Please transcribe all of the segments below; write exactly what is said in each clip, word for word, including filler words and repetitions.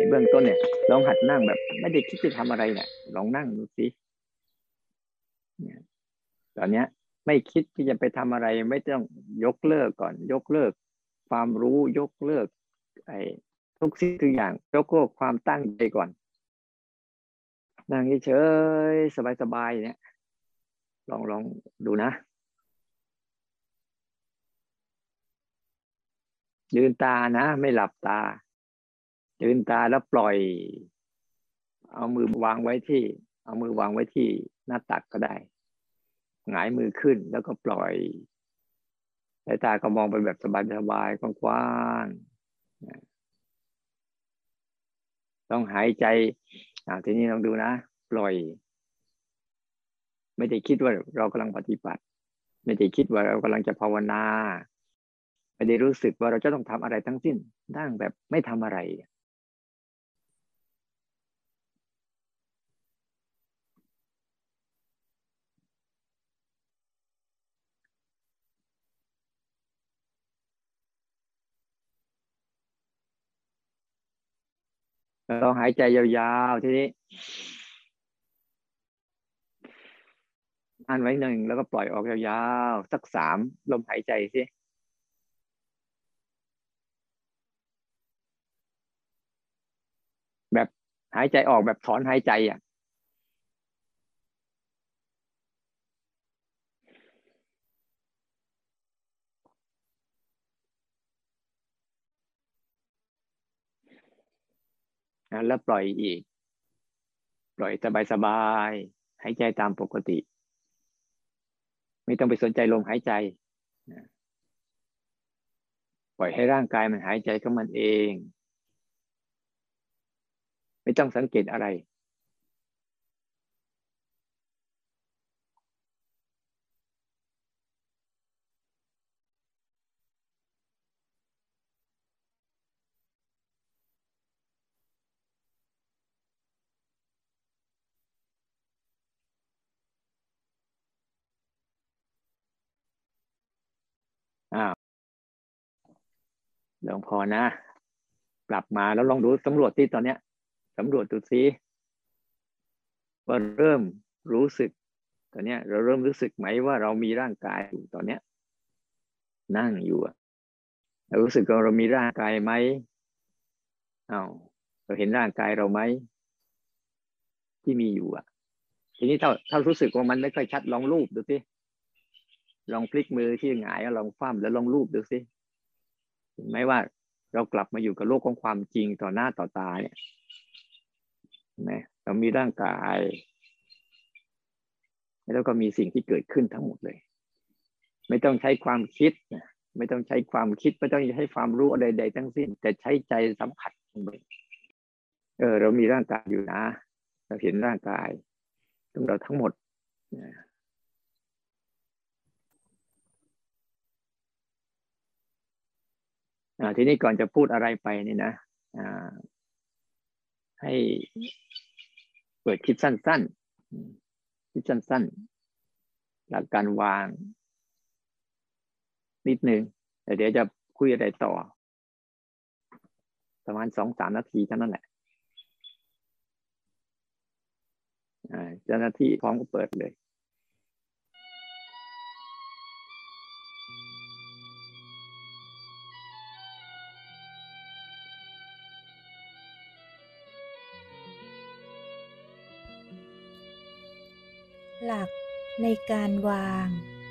เบื้องต้นเนี่ยลองหัดนั่งแบบไม่ได้คิดจะทำอะไรเนี่ยลองนั่งดูสิเนี่ยตอนเนี้ยไม่คิดที่จะไปทำอะไรไม่ต้องยกเลิกก่อนยกเลิกความรู้ยกเลิกไอ้ทุกสิ่งทุกอย่างยกเลิกความตั้งใจก่อนนั่งเฉยๆสบายๆเนี่ยลองลองดูนะลืมตานะไม่หลับตาลืมตาแล้วปล่อยเอามือวางไว้ที่เอามือวางไว้ที่หน้าตักก็ได้หงายมือขึ้นแล้วก็ปล่อยสายตาก็มองไปแบบสบายๆกว้างๆต้องหายใจอ่าทีนี้ลองดูนะปล่อยไม่ได้คิดว่าเรากำลังปฏิบัติไม่ได้คิดว่าเรากำลังจะภาวนาไม่ได้รู้สึกว่าเราจะต้องทำอะไรทั้งสิ้นนั่งแบบไม่ทำอะไรเราหายใจยาวๆทีนี้อันไว้หนึ่งแล้วก็ปล่อยออกยาวๆสักสามลมหายใจสิแบบหายใจออกแบบถอนหายใจอ่ะแล้วปล่อยอีกปล่อยสบายๆหายใจตามปกติไม่ต้องไปสนใจลมหายใจปล่อยให้ร่างกายมันหายใจของมันเองไม่ต้องสังเกตอะไรอ้าวลองพอนะกลับมาแล้วลองดูสำรวจที่ตอนเนี้ยสำรวจดูซิว่าเริ่มรู้สึกตอนเนี้ยเราเริ่มรู้สึกไหมว่าเรามีร่างกายอยู่ตอนเนี้ยนั่งอยู่อะเรารู้สึกว่าเรามีร่างกายไหมอ้าวเราเห็นร่างกายเราไหมที่มีอยู่อ่ะทีนี้ถ้าถ้ารู้สึกว่ามันไม่ค่อยชัดลองรูปดูสิลองพลิกมือที่หงายลองคว่ำแล้วลองรูปดูสิเห็นไหมว่าเรากลับมาอยู่กับโลกของความจริงต่อหน้าต่อตาเนี่ยเห็นไหมเรามีร่างกายแล้วก็มีสิ่งที่เกิดขึ้นทั้งหมดเลยไม่ต้องใช้ความคิดนะไม่ต้องใช้ความคิดไม่ต้องใช้ความรู้อะไรใดทั้งสิ้นแต่ใช้ใจสัมผัสเออเรามีร่างกายอยู่นะเราเห็นร่างกายของเราทั้งหมดอ่าทีนี้ก่อนจะพูดอะไรไปนี่นะอ่าให้เปิดคลิปสั้นๆคลิปสั้นๆหลักการวางนิดนึงแต่เดี๋ยวจะคุยอะไรต่อประมาณสองสามนาทีเท่านั้นแหละอ่าเจ้าหน้าที่พร้อมก็เปิดเลยหลักในการวาง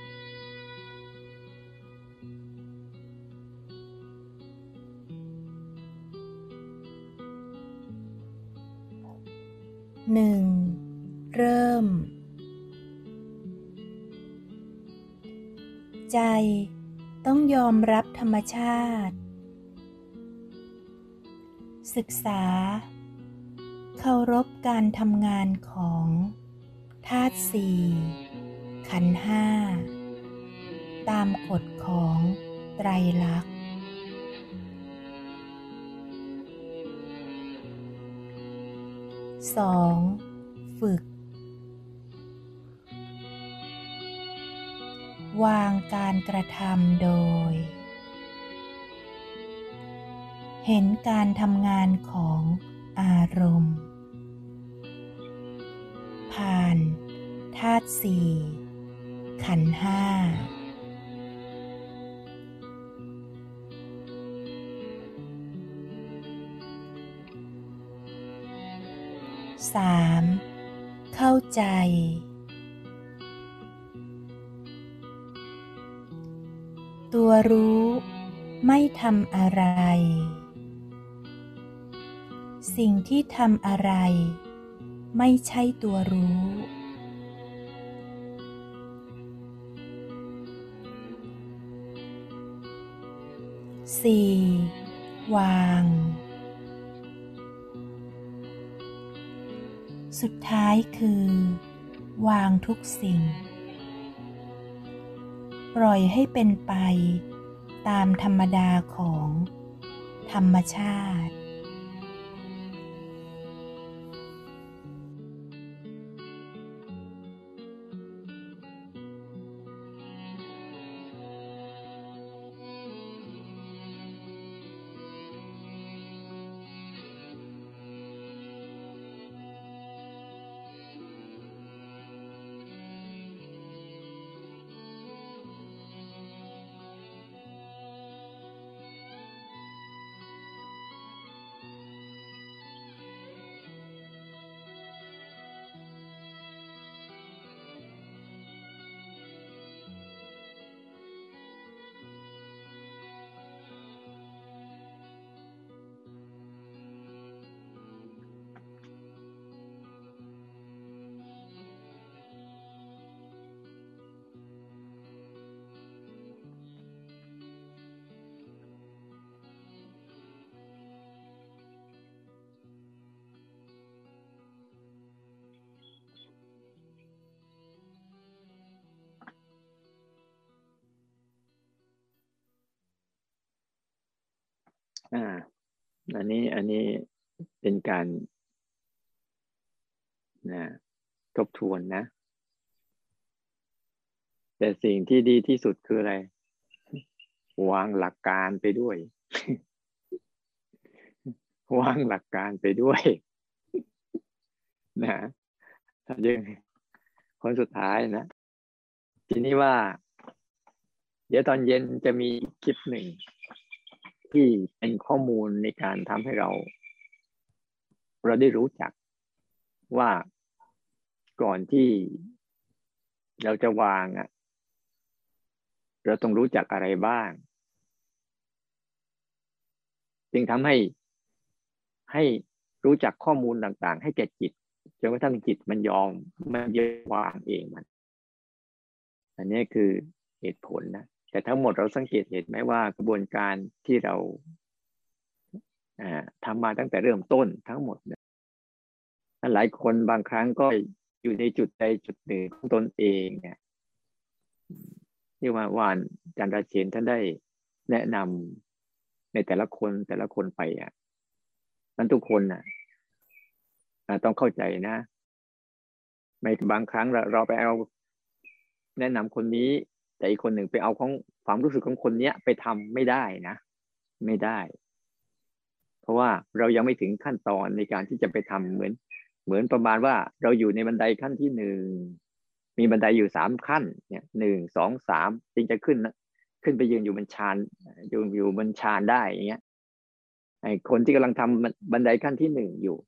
หนึ่งเริ่มใจต้องยอมรับธรรมชาติศึกษาเคารพการทำงานของธาตุสี่ขันธ์ห้าตามกฎของไตรลักษณ์สองฝึกวางการกระทำโดยเห็นการทำงานของอารมณ์ผ่านธาตุสี่ขันธ์ห้าสามเข้าใจตัวรู้ไม่ทำอะไรสิ่งที่ทำอะไรไม่ใช่ตัวรู้สี่วางสุดท้ายคือวางทุกสิ่งปล่อยให้เป็นไปตามธรรมดาของธรรมชาติอ่าอันนี้อันนี้เป็นการนะทบทวนนะแต่สิ่งที่ดีที่สุดคืออะไรวางหลักการไปด้วยวางหลักการไปด้วยนะถ้ายังคนสุดท้ายนะทีนี้ว่าเดี๋ยวตอนเย็นจะมีคลิปหนึ่งที่เป็นข้อมูลในการทำให้เราเราได้รู้จักว่าก่อนที่เราจะวางอ่ะเราต้องรู้จักอะไรบ้างจึงทำให้ให้รู้จักข้อมูลต่างๆให้แก่จิตจนกระทั่งจิตมันยอมมันยอมวางเองมันอันนี้คือเหตุผลนะแต่ทั้งหมดเราสังเกตเห็นไหมว่ากระบวนการที่เราทำมาตั้งแต่เริ่มต้นทั้งหมดเนี่ยหลายคนบางครั้งก็อยู่ในจุดใดจุดหนึ่งของตนเองเนี่ยที่ว่าวานจันทร์เชนท่านได้แนะนำในแต่ละคนแต่ละคนไปอ่ะนั้นทุกคนน่ะต้องเข้าใจนะไม่บางครั้งเราเราไปเอาแนะนำคนนี้แต่อีกคนหนึ่งไปเอาของความรู้สึกของคนเนี้ยไปทำไม่ได้นะไม่ได้เพราะว่าเรายังไม่ถึงขั้นตอนในการที่จะไปทำเหมือนเหมือนประมาณว่าเราอยู่ในบันไดขั้นที่หนึ่งมีบันไดอยู่สามขั้นเนี่ยหนึ่งสองสามจึงจะขึ้นขึ้นไปยืนอยู่บนชานอยู่อยู่บนชานได้อย่างเงี้ยไอ้คนที่กำลังทำบันไดขั้นที่หนึ่งอยู่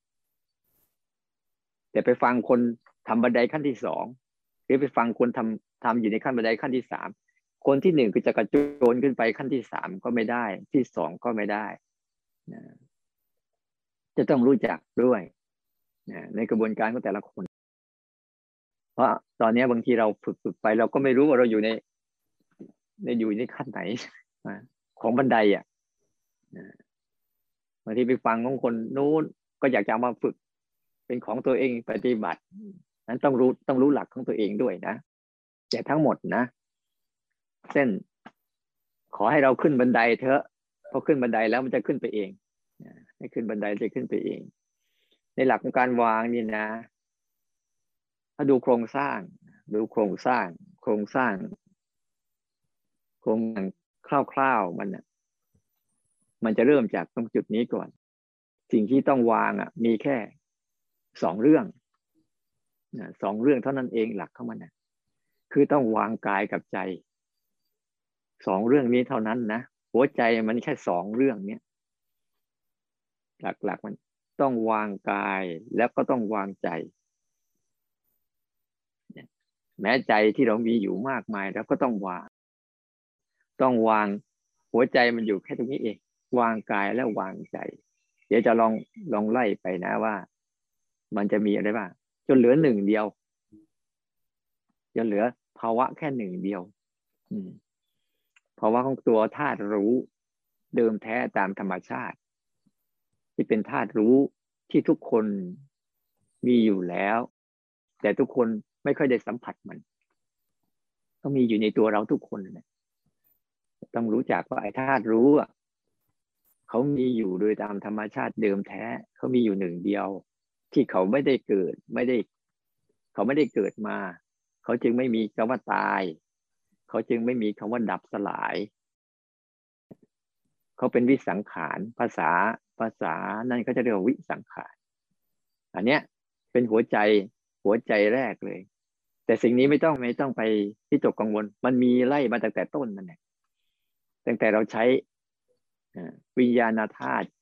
แต่ไปฟังคนทำบันไดขั้นที่สองหรือไปฟังคนทำทำอยู่ในขั้นบันไดขั้นที่สามคนที่หนึ่งก็จะกระโจนขึ้นไปขั้นที่สามก็ไม่ได้ที่สองก็ไม่ได้นะจะต้องรู้จักด้วยนะในกระบวนการของแต่ละคนเพราะตอนนี้บางทีเราฝึกฝึกไปเราก็ไม่รู้ว่าเราอยู่ในในอยู่ในขั้นไหนของบันไดอ่ะบางทีไปฟังของคนนู้นก็อยากจะมาฝึกเป็นของตัวเองปฏิบัตินั้นต้องรู้ต้องรู้หลักของตัวเองด้วยนะแต่ทั้งหมดนะเส้นขอให้เราขึ้นบันไดเถอะพอขึ้นบันไดแล้วมันจะขึ้นไปเองให้ขึ้นบันไดจะขึ้นไปเองในหลักของการวางนี่นะถ้าดูโครงสร้างดูโครงสร้างโครงสร้างโครงคร่าวๆมันนะมันจะเริ่มจากตรงจุดนี้ก่อนสิ่งที่ต้องวางอ่ะมีแค่สองเรื่องนะสองเรื่องเท่านั้นเองหลักของมันนะคือต้องวางกายกับใจสองเรื่องนี้เท่านั้นนะหัวใจมันแค่สองเรื่องเนี้ยหลักๆมันต้องวางกายแล้วก็ต้องวางใจแม้ใจที่เรามีอยู่มากมายแล้วก็ต้องวางต้องวางหัวใจมันอยู่แค่ตรงนี้เองวางกายและวางใจเดี๋ยวจะลองลองไล่ไปนะว่ามันจะมีอะไรบ้างจนเหลือหนึ่งเดียวจนเหลือภาวะแค่หนึ่งเดียวอืมภาวะของตัวธาตุรู้เดิมแท้ตามธรรมชาติที่เป็นธาตุรู้ที่ทุกคนมีอยู่แล้วแต่ทุกคนไม่ค่อยได้สัมผัสมันก็มีอยู่ในตัวเราทุกคนนะต้องรู้จักว่าไอ้ธาตุรู้อ่ะเขามีอยู่โดยตามธรรมชาติเดิมแท้เขามีอยู่หนึ่งเดียวที่เขาไม่ได้เกิดไม่ได้เขาไม่ได้เกิดมาเขาจึงไม่มีคำว่าตายเขาจึงไม่มีคำว่าดับสลายเขาเป็นวิสังขารภาษาภาษานั่นเขาจะเรียกว่าวิสังขารอันเนี้ยเป็นหัวใจหัวใจแรกเลยแต่สิ่งนี้ไม่ต้องไม่ต้องไปที่ตกกังวลมันมีไล่มาตั้งแต่ต้นนั่นแหละตั้งแต่เราใช้วิญญาณธาตุ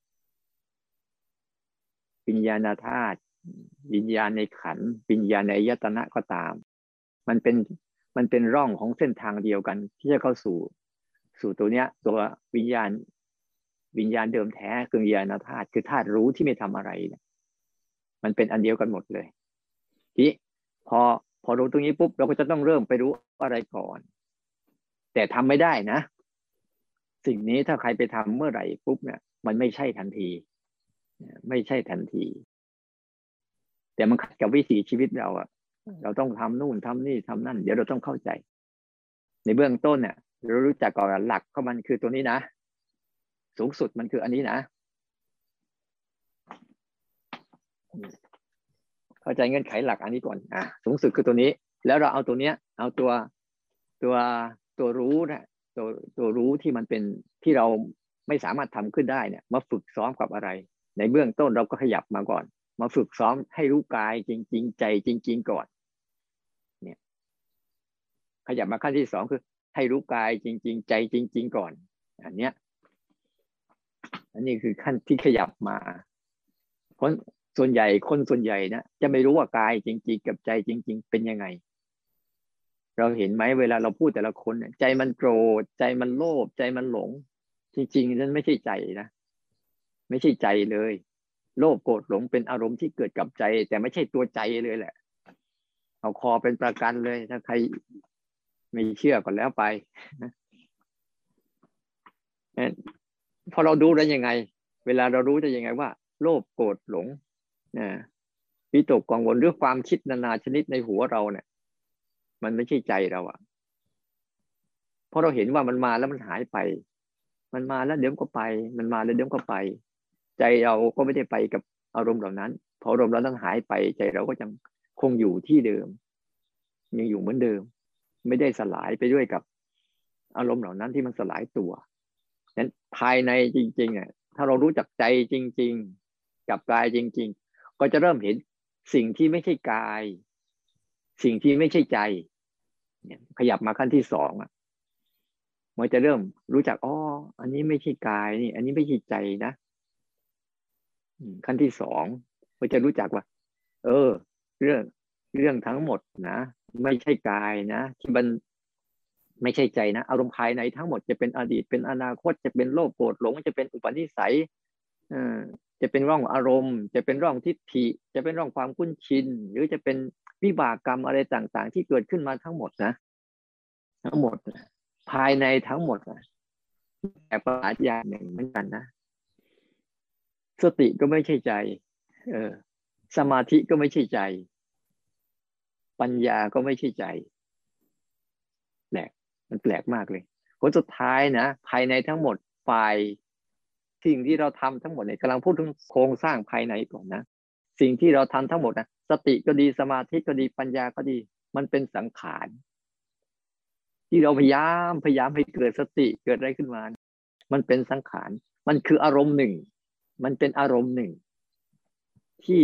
วิญญาณธาตุวิญญาณในขันธ์วิญญาณในอายตนะก็ตามมันเป็นมันเป็นร่องของเส้นทางเดียวกันที่จะเข้าสู่สู่ตัวเนี้ยตัววิญญาณวิญญาณเดิมแท้คือวิญญาณธาตุคือธาตุรู้ที่ไม่ทำอะไรเนี่ยมันเป็นอันเดียวกันหมดเลยทีพอพอรู้ตรงนี้ปุ๊บเราก็จะต้องเริ่มไปรู้อะไรก่อนแต่ทำไม่ได้นะสิ่งนี้ถ้าใครไปทำเมื่อไหร่ปุ๊บเนี่ยมันไม่ใช่ทันทีไม่ใช่ทันทีแต่มันขัดกับวิถีชีวิตเราอะเราต้องทำนู่นทำนี่ทำนั่นเดี๋ยวเราต้องเข้าใจในเบื้องต้นเนี่ยเรารู้จักก่อนหลักของมันคือตัวนี้นะสูงสุดมันคืออันนี้นะเข้าใจเงื่อนไขหลักอันนี้ก่อนอ่ะสูงสุดคือตัวนี้แล้วเราเอาตัวเนี้ยเอาตัวตัวตัวรู้นะตัวตัวรู้ที่มันเป็นที่เราไม่สามารถทำขึ้นได้เนี่ยมาฝึกซ้อมกับอะไรในเบื้องต้นเราก็ขยับมาก่อนมาฝึกซ้อมให้รู้กายจริงๆใจจริงๆก่อนเนี่ยขยับมาขั้นที่สองคือให้รู้กายจริงๆใจจริงๆก่อนอันเนี้ยอันนี้คือขั้นที่ขยับมาคนส่วนใหญ่คนส่วนใหญ่นะจะไม่รู้ว่ากายจริงๆกับใจจริงๆเป็นยังไงเราเห็นไหมเวลาเราพูดแต่ละคนใจมันโกรธใจมันโลภใจมันหลงจริงๆนั่นไม่ใช่ใจนะไม่ใช่ใจเลยโลภโกรธหลงเป็นอารมณ์ที่เกิดกับใจแต่ไม่ใช่ตัวใจเลยแหละเอาคอเป็นประกันเลยถ้าใครไม่เชื่อก็แล้วไปพอเราดูได้ยังไงเวลาเรารู้ได้ยังไงว่าโลภโกรธหลงนะวิตกกังวลหรือความคิดนานาชนิดในหัวเราเนี่ยมันไม่ใช่ใจเราอะเพราะเราเห็นว่ามันมาแล้วมันหายไปมันมาแล้วเดี๋ยวก็ไปมันมาแล้วเดี๋ยวก็ไปใจเราก็ไม่ได้ไปกับอารมณ์เหล่านั้นพออารมณ์เราต้องหายไปใจเราก็ยังคงอยู่ที่เดิมยังอยู่เหมือนเดิมไม่ได้สลายไปด้วยกับอารมณ์เหล่านั้นที่มันสลายตัวนั้นภายในจริงๆอ่ะถ้าเรารู้จักใจจริงๆกับกายจริงๆก็จะเริ่มเห็นสิ่งที่ไม่ใช่กายสิ่งที่ไม่ใช่ใจเนี่ยขยับมาขั้นที่สองอ่ะมันจะเริ่มรู้จักอ๋ออันนี้ไม่ใช่กายนี่อันนี้ไม่ใช่ใจนะขั้นที่สองมันจะรู้จักว่าเออเรื่องเรื่องทั้งหมดนะไม่ใช่กายนะที่มันไม่ใช่ใจนะอารมณ์ภายในทั้งหมดจะเป็นอดีตเป็นอนาคตจะเป็นโลภโกรธหลงจะเป็นอุปนิสัยเอ่อจะเป็นร่องอารมณ์จะเป็นร่องทิฏฐิจะเป็นร่องความคุ้นชินหรือจะเป็นวิบากกรรมอะไรต่างๆที่เกิดขึ้นมาทั้งหมดนะทั้งหมดภายในทั้งหมดแต่ประหลาดอย่างหนึ่งเหมือนกันนะสติก็ไม่ใช่ใจเออสมาธิก็ไม่ใช่ใจปัญญาก็ไม่ใช่ใจแปลกมันแปลกมากเลยผลสุดท้ายนะภายในทั้งหมดฝ่ายสิ่งที่เราทำทั้งหมดเนี่ยกำลังพูดถึงโครงสร้างภายในก่อนนะสิ่งที่เราทำทั้งหมดนะสติก็ดีสมาธิก็ดีปัญญาก็ดีมันเป็นสังขารที่เราพยายามพยายามให้เกิดสติเกิดอะไรขึ้นมามันเป็นสังขารมันคืออารมณ์หนึ่งมันเป็นอารมณ์หนึ่งที่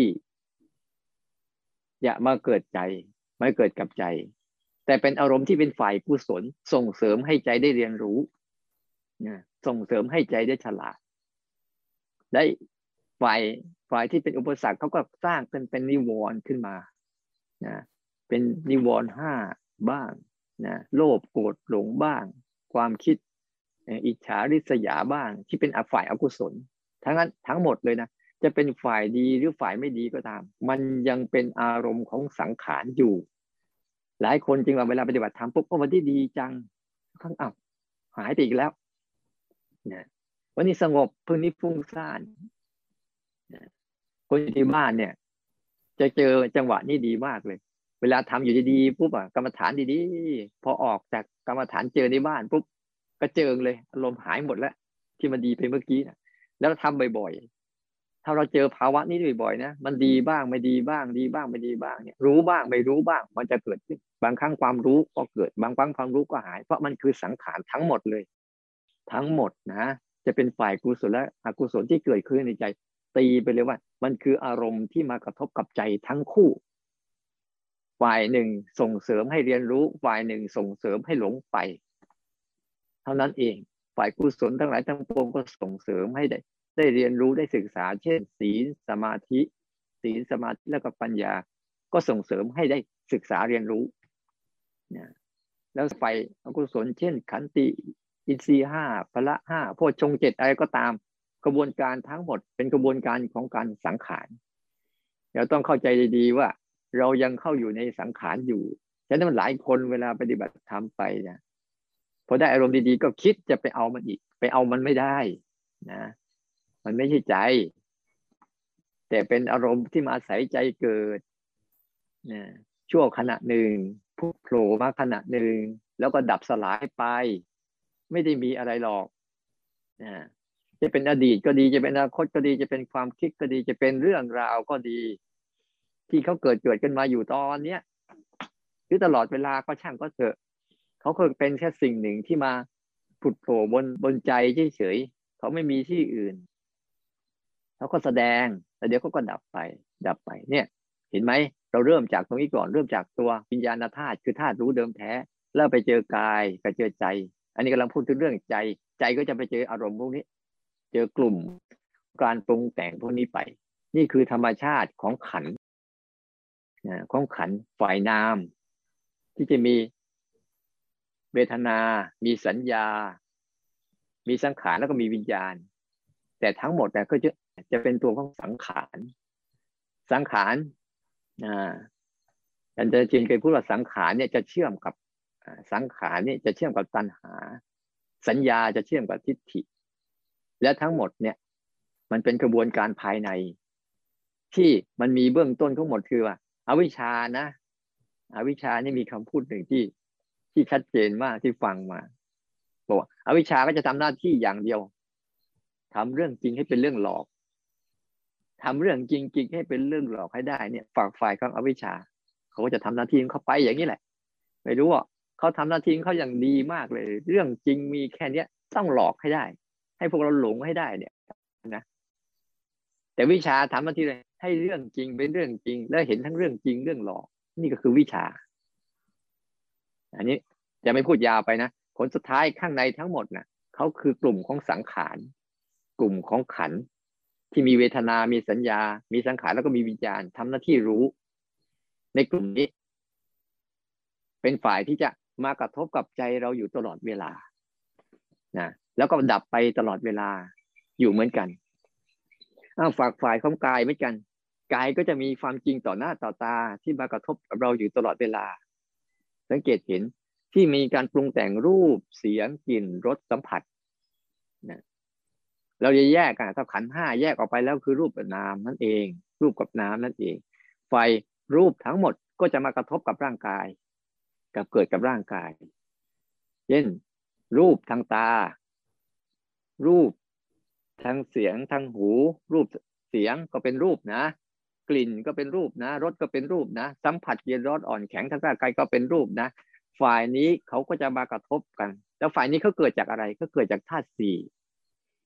อย่ามาเกิดใจไม่เกิดกับใจแต่เป็นอารมณ์ที่เป็นฝ่ายกุศลส่งเสริมให้ใจได้เรียนรู้นะส่งเสริมให้ใจได้ฉลาดได้ฝ่ายฝ่ายที่เป็นอุปสรรคเขาก็สร้างเป็นเป็นนิวรณ์ขึ้นมานะเป็นนิวรณ์ห้าบ้างนะโลภโกรธหลงบ้างความคิดอิจฉาริษยาบ้างที่เป็นฝ่ายอกุศลทั้งนั้นทั้งหมดเลยนะจะเป็นฝ่ายดีหรือฝ่ายไม่ดีก็ตามมันยังเป็นอารมณ์ของสังขารอยู่หลายคนจริงว่าเวลาปฏิบัติธรรมปุ๊บวันที่ดีจังข้างอ้าวหายไปอีกแล้วนะวันนี้สงบพรุ่งนี้ฟุ้งซ่านนะคนที่บ้านเนี่ยจะเจอจังหวะนี้ดีมากเลยเวลาทำอยู่ดีๆปุ๊บอ่ะกรรมฐานดีๆพอออกจากกรรมฐานเจอในบ้านปุ๊บก็เจิงเลยอารมณ์หายหมดแล้วที่มันดีไปเมื่อกี้นะแล้วทำบ่อยๆถ้าเราเจอภาวะนี้บ่อยๆนะมันดีบ้างไม่ดีบ้างดีบ้างไม่ดีบ้างเนี่ยรู้บ้างไม่รู้บ้างมันจะเกิดขึ้นบางครั้งความรู้ก็เกิดบางครั้งความรู้ก็หายเพราะมันคือสังขารทั้งหมดเลยทั้งหมดนะจะเป็นฝ่ายกุศลและอกุศลที่เกิดขึ้นในใจตีไปเลยว่ามันคืออารมณ์ที่มากระทบกับใจทั้งคู่ฝ่ายหนึ่งส่งเสริมให้เรียนรู้ฝ่ายหนึ่งส่งเสริมให้หลงไปเท่านั้นเองฝ่ายกุศลทั้งหลายทั้งปวงก็ส่งเสริมให้ได้ได้เรียนรู้ได้ศึกษาเช่นศีลสมาธิศีลสมาธิแล้วก็ปัญญาก็ส่งเสริมให้ได้ศึกษาเรียนรู้นะแล้วฝ่ายอกุศลเช่นขันติอินทรีย์ห้าพละห้าโพชฌงค์เจ็ดอะไรก็ตามกระบวนการทั้งหมดเป็นกระบวนการของการสังขารเราต้องเข้าใจดีๆว่าเรายังเข้าอยู่ในสังขารอยู่ฉะนั้นหลายคนเวลาปฏิบัติธรรมไปนะพอได้อารมณ์ดีๆก็คิดจะไปเอามันอีกไปเอามันไม่ได้นะมันไม่ใช่ใจแต่เป็นอารมณ์ที่มาอาศัยใจเกิดนะชั่วขณะหนึ่งพุ่งโผล่มาขณะหนึ่งแล้วก็ดับสลายไปไม่ได้มีอะไรหรอกนะจะเป็นอดีตก็ดีจะเป็นอนาคตก็ดีจะเป็นความคิดก็ดีจะเป็นเรื่องราวก็ดีที่เขาเกิดเกิดกันมาอยู่ตอนเนี้ยหรือตลอดเวลาก็ช่างก็เถอะเขาเคยเป็นแค่สิ่งหนึ่งที่มาผุดโผล่บนบนใจเฉยๆเขาไม่มีที่อื่นเขาก็แสดงแต่เดี๋ยวเขาก็ดับไปดับไปเนี่ยเห็นไหมเราเริ่มจากตรงนี้ก่อนเริ่มจากตัววิญญาณธาตุคือธาตุรู้เดิมแท้แล้วไปเจอกายไปเจอใจอันนี้กำลังพูดถึงเรื่องใจใจก็จะไปเจออารมณ์พวกนี้เจอกลุ่มการปรุงแต่งพวกนี้ไปนี่คือธรรมชาติของขันธ์ของขันธ์ฝ่ายนามที่จะมีเวทนามีสัญญามีสังขารแล้วก็มีวิญญาณแต่ทั้งหมดเนี่ยก็จะจะเป็นตัวของสังขารสังขารอ่าอาจารย์จีนเคยพูดว่าสังขารเนี่ยจะเชื่อมกับสังขารเนี่ยจะเชื่อมกับตัณหาสัญญาจะเชื่อมกับทิฏฐิและทั้งหมดเนี่ยมันเป็นกระบวนการภายในที่มันมีเบื้องต้นทั้งหมดคือว่าอวิชชานะอวิชชานี่มีคำพูดหนึ่งที่ที่ชัดเจนมากที่ฟังมาบอกว่าอวิชชาก็จะทำหน้าที่อย่างเดียวทำเรื่องจริงให้เป็นเรื่องหลอกทำเรื่องจริงๆให้เป็นเรื่องหลอกให้ได้เนี่ยฝากฝ่ายของอวิชชาเขาก็จะทำหน้าที่ของเขาไปอย่างนี้แหละไม่รู้ว่าเขาทำหน้าที่ของเขาอย่างดีมากเลยเรื่องจริงมีแค่นี้ต้องหลอกให้ได้ให้พวกเราหลงให้ได้เนี่ยนะแต่วิชาทำหน้าที่เลยให้เรื่องจริงเป็นเรื่องจริงแล้วเห็นทั้งเรื่องจริงเรื่องหลอกนี่ก็คือวิชาอันนี้จะไม่พูดยาวไปนะผลสุดท้ายข้างในทั้งหมดน่ะเขาคือกลุ่มของสังขารกลุ่มของขันธ์ที่มีเวทนามีสัญญามีสังขารแล้วก็มีวิญญาณทำหน้าที่รู้ในกลุ่มนี้เป็นฝ่ายที่จะมากระทบกับใจเราอยู่ตลอดเวลานะแล้วก็ดับไปตลอดเวลาอยู่เหมือนกันอ้าวฝากฝ่ายของกายเหมือนกันกายก็จะมีความจริงต่อหน้าต่อตาที่มากระทบกับเราอยู่ตลอดเวลาสังเกตเห็นที่มีการปรุงแต่งรูปเสียงกลิ่นรสสัมผัสนะเราจะแยกกันถ้าขันธ์ห้าแยกออกไปแล้วคือรูปกับนามนั่นเองรูปกับนามนั่นเองไฟรูปทั้งหมดก็จะมากระทบกับร่างกายกับเกิดกับร่างกายเช่นรูปทางตารูปทางเสียงทางหูรูปเสียงก็เป็นรูปนะกลิ่นก็เป็นรูปนะรสก็เป็นรูปนะสัมผัสเย็นร้อนอ่อนแข็งทางร่างกายก็เป็นรูปนะฝ่ายนี้เขาก็จะมากระทบกันแล้วฝ่ายนี้เขาเกิดจากอะไรก็เกิดจากธาตุสี่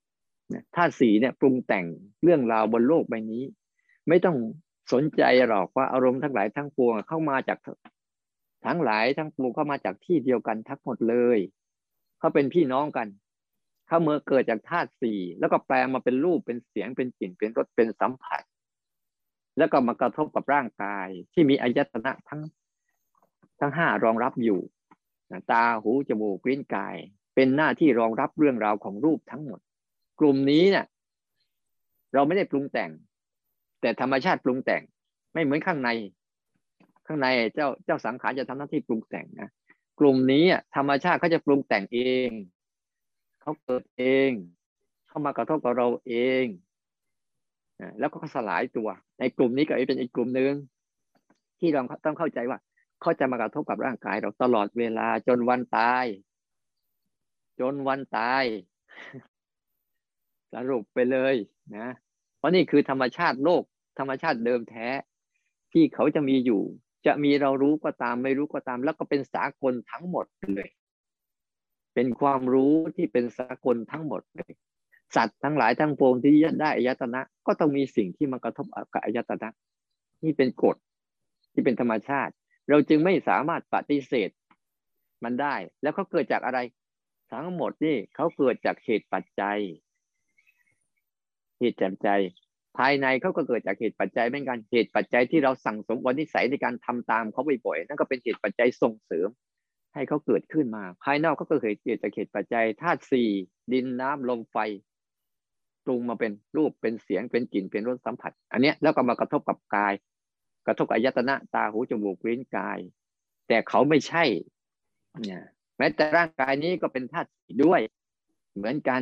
ธาตุสี่เนี่ยปรุงแต่งเรื่องราวบนโลกใบนี้ไม่ต้องสนใจหรอกว่าอารมณ์ทั้งหลายทั้งปวงเข้ามาจากทั้งหลายทั้งปวงเข้ามาจากที่เดียวกันทั้งหมดเลยเขาเป็นพี่น้องกันเขาเมื่อเกิดจากธาตุสี่แล้วก็แปลมาเป็นรูปเป็นเสียงเป็นกลิ่นเป็นรสเป็นสัมผัสแล้วก็มากระทบกับร่างกายที่มีอายตนะทั้งทั้งห้ารองรับอยู่ตาหูจมูกลิ้นกายเป็นหน้าที่รองรับเรื่องราวของรูปทั้งหมดกลุ่มนี้เนี่ยเราไม่ได้ปรุงแต่งแต่ธรรมชาติปรุงแต่งไม่เหมือนข้างในข้างในเจ้าเจ้าสังขารจะทำหน้าที่ปรุงแต่งนะกลุ่มนี้ธรรมชาติเขาจะปรุงแต่งเองเขาเกิดเองเข้ามากระทบกับเราเองแล้วก็สลายตัวในกลุ่มนี้ก็เป็นอีกกลุ่มหนึ่งที่เราต้องเข้าใจว่าเขาจะมากระทบกับร่างกายเราตลอดเวลาจนวันตายจนวันตายสรุปไปเลยนะเพราะนี่คือธรรมชาติโลกธรรมชาติเดิมแท้ที่เขาจะมีอยู่จะมีเรารู้ก็ตามไม่รู้ก็ตามแล้วก็เป็นสากลทั้งหมดเลยเป็นความรู้ที่เป็นสากลทั้งหมดเลยสัตว์ทั้งหลายทั้งปวงที่ได้อายตนะก็ต้องมีสิ่งที่มากระทบกับอายตนะนี่เป็นกฎที่เป็นธรรมชาติเราจึงไม่สามารถปฏิเสธมันได้แล้วเขาเกิดจากอะไรทั้งหมดนี่เขาเกิดจากเหตุปัจจัยเหตุปัจจัยภายในเขาก็เกิดจากเหตุปัจจัยเหมือนกันเหตุปัจจัยที่เราสั่งสมวันนิสัยในการทำตามเขาบ่อยๆนั่นก็เป็นเหตุปัจจัยส่งเสริมให้เขาเกิดขึ้นมาภายนอกก็เกิดเกิดจากเหตุปัจจัยธาตุสี่ดินน้ำลมไฟปรุงมาเป็นรูปเป็นเสียงเป็นกลิ่นเป็นรสสัมผัสอันนี้แล้วก็มากระทบกับกายกระทบอายตนะตาหูจมูกลิ้นกายแต่เขาไม่ใช่เนี่ยแม้แต่ร่างกายนี้ก็เป็นธาตุสี่ด้วยเหมือนกัน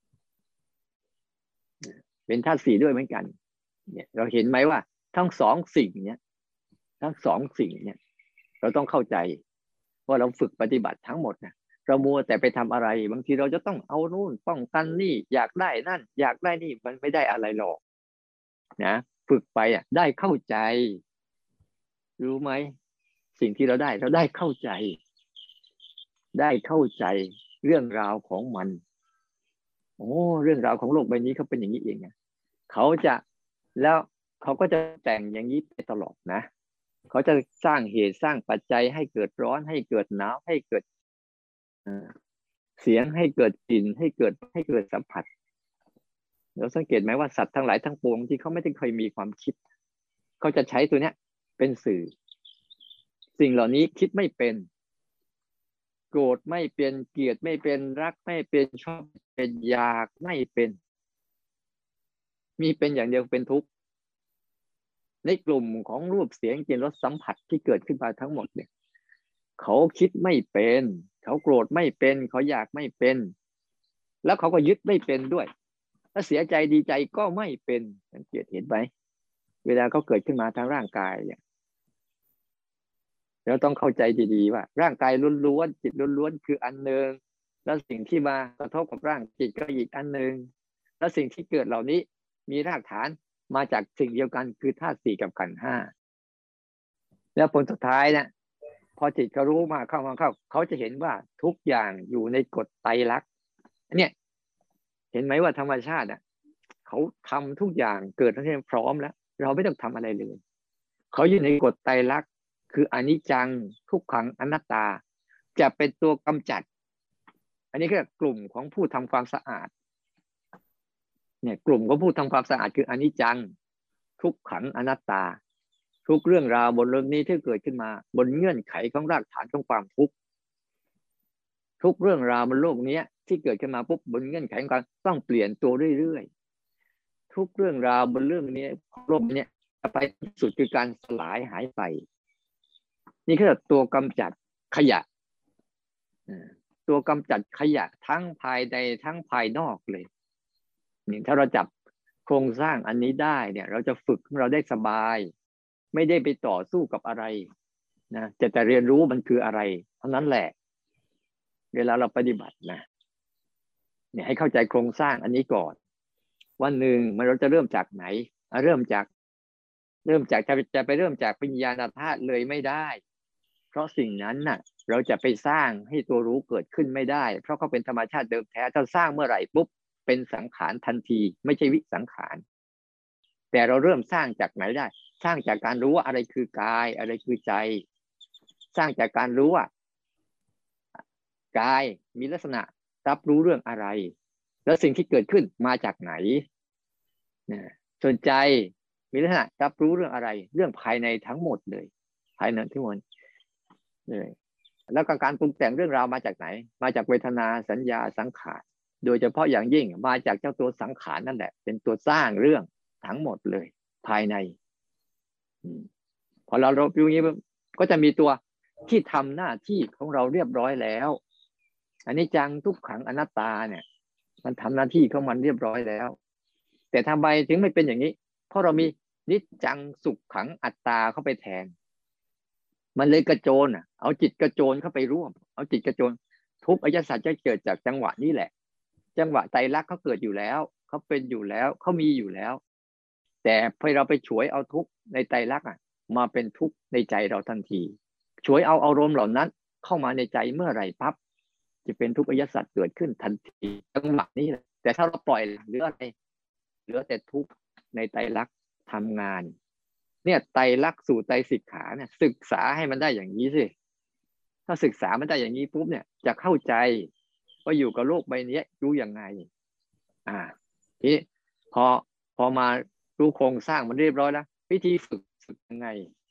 เป็นธาตุสี่ด้วยเหมือนกันเนี่ยเราเห็นไหมว่าทั้งสองสิ่งเนี่ยทั้งสองสิ่งเนี่ยเราต้องเข้าใจว่าเราฝึกปฏิบัติทั้งหมดนะเรามัวแต่ไปทำอะไรบางทีเราจะต้องเอานู่นป้องกันนี่อยากได้นั่นอยากได้นี่มันไม่ได้อะไรหรอกนะฝึกไปอ่ะได้เข้าใจรู้ไหมสิ่งที่เราได้เราได้เข้าใจได้เข้าใจเรื่องราวของมันโอ้เรื่องราวของโลกใบนี้เขาเป็นอย่างนี้เองนะเขาจะแล้วเขาก็จะแต่งอย่างนี้ไปตลอดนะเขาจะสร้างเหตุสร้างปัจจัยให้เกิดร้อนให้เกิดหนาวให้เกิดเสียงให้เกิดกลิ่นให้เกิดให้เกิดสัมผัสเราสังเกตไหมว่าสัตว์ทั้งหลายทั้งปวงที่เขาไม่ได้เคยมีความคิดเขาจะใช้ตัวเนี้ยเป็นสื่อสิ่งเหล่านี้คิดไม่เป็นโกรธไม่เป็นเกลียดไม่เป็นรักไม่เป็นชอบเป็นอยากไม่เป็นมีเป็นอย่างเดียวเป็นทุกข์ในกลุ่มของรูปเสียงกลิ่นรสสัมผัสที่เกิดขึ้นมาทั้งหมดเนี่ยเขาคิดไม่เป็นเขาโกรธไม่เป็นเขาอยากไม่เป็นแล้วเขาก็ยึดไม่เป็นด้วยถ้าเสียใจดีใจก็ไม่เป็นสังเกตเห็นไหมเวลาเขาเกิดขึ้นมาทางร่างกายเนี่ยเราต้องเข้าใจดีๆว่าร่างกายล้วนๆจิตล้วนๆคืออันหนึ่งแล้วสิ่งที่มากระทบกับร่างจิตก็อีกอันหนึ่งแล้วสิ่งที่เกิดเหล่านี้มีรากฐานมาจากสิ่งเดียวกันคือธาตุสี่กับขันธ์ห้าแล้วผลสุดท้ายนะพอจิตเขารู้มาเข้ามาเข้าเขาจะเห็นว่าทุกอย่างอยู่ในกฎไตรลักษณ์เนี่ยเห็นไหมว่าธรรมชาติอ่ะเขาทำทุกอย่างเกิดทั้งที่พร้อมแล้วเราไม่ต้องทำอะไรเลยเขาอยู่ในกฎไตรลักษณ์คืออนิจจังทุกขังอนัตตาจะเป็นตัวกำจัดอันนี้คือกลุ่มของผู้ทำความสะอาดเนี่ยกลุ่มของผู้ทำความสะอาดคืออนิจจังทุกขังอนัตตาทุกเรื่องราวบนโลกนี้ที่เกิดขึ้นมาบนเงื่อนไขของรากฐานของความทุกข์ทุกเรื่องราวบนโลกนี้ที่เกิดขึ้นมาปุ๊บบนเงื่อนไขของการต้องเปลี่ยนตัวเรื่อยๆทุกเรื่องราวบนเรื่องนี้โลกนี้ไปสุดคือการสลายหายไปนี่คือตัวกำจัดขยะตัวกำจัดขยะทั้งภายในทั้งภายนอกเลยนี่ถ้าเราจับโครงสร้างอันนี้ได้เนี่ยเราจะฝึกเราได้สบายไม่ได้ไปต่อสู้กับอะไรนะจะแต่เรียนรู้มันคืออะไรเท่านั้นแหละเวลาเราปฏิบัตินะเนี่ยให้เข้าใจโครงสร้างอันนี้ก่อนวันหนึ่งมันเราจะเริ่มจากไหนเริ่มจากเริ่มจากจะจะไปเริ่มจากวิญญาณธาตุเลยไม่ได้เพราะสิ่งนั้นน่ะเราจะไปสร้างให้ตัวรู้เกิดขึ้นไม่ได้เพราะเขาเป็นธรรมชาติเดิมแท้ถ้าสร้างเมื่อไหร่ปุ๊บเป็นสังขารทันทีไม่ใช่วิสังขารแต่เราเริ่มสร้างจากไหนได้สร้างจากการรู้ว่าอะไรคือกายอะไรคือใจสร้างจากการรู้ว่ากายมีลักษณะรับรู้เรื่องอะไรแล้วสิ่งที่เกิดขึ้นมาจากไหนนะส่วนใจมีลักษณะรับรู้เรื่องอะไรเรื่องภายในทั้งหมดเลยภายในทั้งหมดเลยแล้วก็การปรุงแต่งเรื่องราวมาจากไหนมาจากเวทนาสัญญาสังขารโดยเฉพาะอย่างยิ่งมาจากเจ้าตัวสังขารนั่นแหละเป็นตัวสร้างเรื่องทั้งหมดเลยภายในพอเราเราดูอย่างนี้ก็จะมีตัวที่ทำหน้าที่ของเราเรียบร้อยแล้วอันนี้จังทุกขังอนัตตาเนี่ยมันทำหน้าที่ของมันเรียบร้อยแล้วแต่ทำไมถึงไม่เป็นอย่างนี้เพราะเรามีนิจจังสุขขังอัตตาเข้าไปแทนมันเลยกระโจนอ่ะเอาจิตกระโจนเข้าไปร่วมเอาจิตกระโจนทุกอริยสัจจะเกิดจากจังหวะนี้แหละจังหวะไตรลักษณ์เขาเกิดอยู่แล้วเขาเป็นอยู่แล้วเขามีอยู่แล้วแต่พอเราไปฉวยเอาทุกในไตรลักษณ์อ่ะมาเป็นทุกในใจเราทันทีฉวยเอาอารมณ์เหล่านั้นเข้ามาในใจเมื่อไหร่ปั๊บจะเป็นทุกอริยสัจเกิดขึ้นทันทีจังหวะนี้แหละแต่ถ้าเราปล่อยเหลืออะไรเหลือแต่ทุกในไตรลักษณ์ทำงานเนี่ยไตรลักษณ์สู่ไตรสิกขาเนี่ยศึกษาให้มันได้อย่างนี้สิถ้าศึกษามันได้อย่างนี้ปุ๊บเนี่ยจะเข้าใจว่าอยู่กับโลกใบนี้รู้ยังไงอ่าทีพอพอมารู้โครงสร้างมันเรียบร้อยแล้ววิธีฝึกฝึกยังไง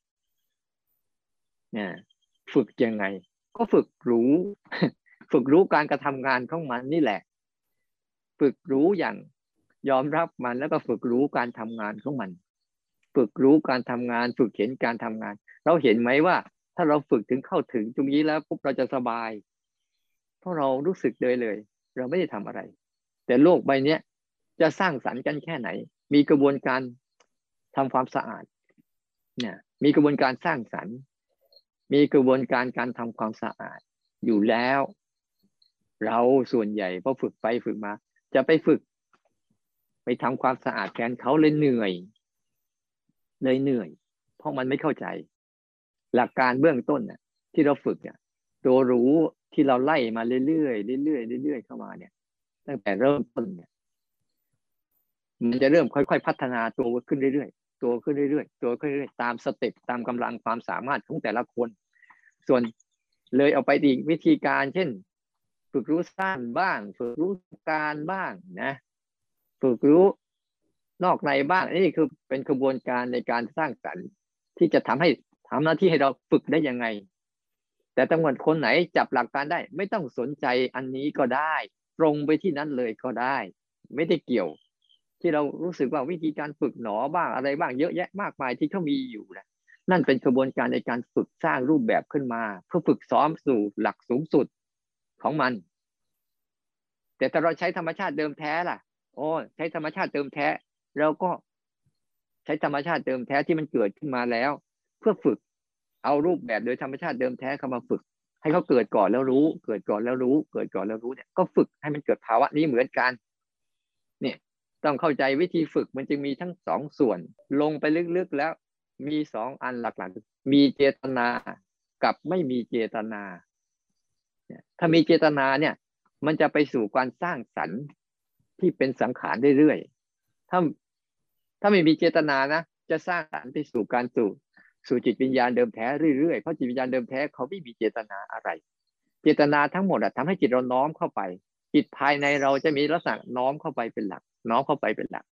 เนี่ยฝึกยังไงก็ฝึกรู้ฝึกรู้การกระทำงานของมันนี่แหละฝึกรู้อย่างยอมรับมันแล้วก็ฝึกรู้การทำงานของมันฝึกรู้การทำงานฝึกเห็นการทำงานเราเห็นไหมว่าถ้าเราฝึกถึงเข้าถึงตรงนี้แล้วปุ๊บเราจะสบายเพราะเรารู้สึกเลยเลยเราไม่ได้ทำอะไรแต่โลกใบนี้จะสร้างสรรค์กันแค่ไหนมีกระบวนการทำความสะอาดเนี่ยมีกระบวนการสร้างสรรค์มีกระบวนการการทำความสะอาดอยู่แล้วเราส่วนใหญ่พอฝึกไปฝึกมาจะไปฝึกไปทำความสะอาดแทนเขาเลยเหนื่อยเลยเหนื่อยเพราะมันไม่เข้าใจหลักการเบื้องต้นน่ะที่เราฝึกเนี่ยตัวรู้ที่เราไล่มาเรื่อยๆเรื่อยๆเรื่อยๆเข้ามาเนี่ยตั้งแต่เริ่มต้นเนี่ยมันจะเริ่มค่อยๆพัฒนาตัวขึ้นเรื่อยๆตัวขึ้นเรื่อยๆตัวขึ้นเรื่อยๆตามสเต็ปตามกำลังความสามารถของแต่ละคนส่วนเลยเอาไปอีกวิธีการเช่นฝึกรู้สั้นบ้างฝึกรู้การบ้างนะฝึกรู้นอกในบ้างนี่คือเป็นกระบวนการในการสร้างสรรค์ที่จะทำให้ทำหน้าที่ให้เราฝึกได้ยังไงแต่ตำรวจคนไหนจับหลักการได้ไม่ต้องสนใจอันนี้ก็ได้ตรงไปที่นั้นเลยก็ได้ไม่ได้เกี่ยวที่เรารู้สึกว่าวิธีการฝึกหนอบ้างอะไรบ้างเยอะแยะมากมายที่เขามีอยู่นะนั่นเป็นกระบวนการในการฝึกสร้างรูปแบบขึ้นมาเพื่อฝึกซ้อมสู่หลักสูงสุดของมันแต่ถ้าเราใช้ธรรมชาติเดิมแท้ล่ะโอ้ใช้ธรรมชาติเดิมแท้เราก็ใช้ธรรมชาติเดิมแท้ที่มันเกิดขึ้นมาแล้วเพื่อฝึกเอารูปแบบโดยธรรมชาติเดิมแท้เข้ามาฝึกให้เขาเกิดก่อนแล้วรู้เกิดก่อนแล้วรู้เกิดก่อนแล้วรู้เนี่ยก็ฝึกให้มันเกิดภาวะนี้เหมือนกันเนี่ยต้องเข้าใจวิธีฝึกมันจึงมีทั้งสองส่วนลงไปลึกๆแล้วมีสองอันหลักๆมีเจตนากับไม่มีเจตนาถ้ามีเจตนาเนี่ยมันจะไปสู่การสร้างสรรค์ที่เป็นสังขารเรื่อยๆถ้าถ้าไม่มีเจตนานะจะสร้างสรรค์ไปสู่การสู่สู่จิตวิญญาณเดิมแท้เรื่อยๆเพราะจิตวิญญาณเดิมแท้เขาไม่มีเจตนาอะไรเจตนาทั้งหมดอะทำให้จิตเราน้อมเข้าไปจิตภายในเราจะมีลักษณะน้อมเข้าไปเป็นหลักน้อมเข้าไปเป็นหลัก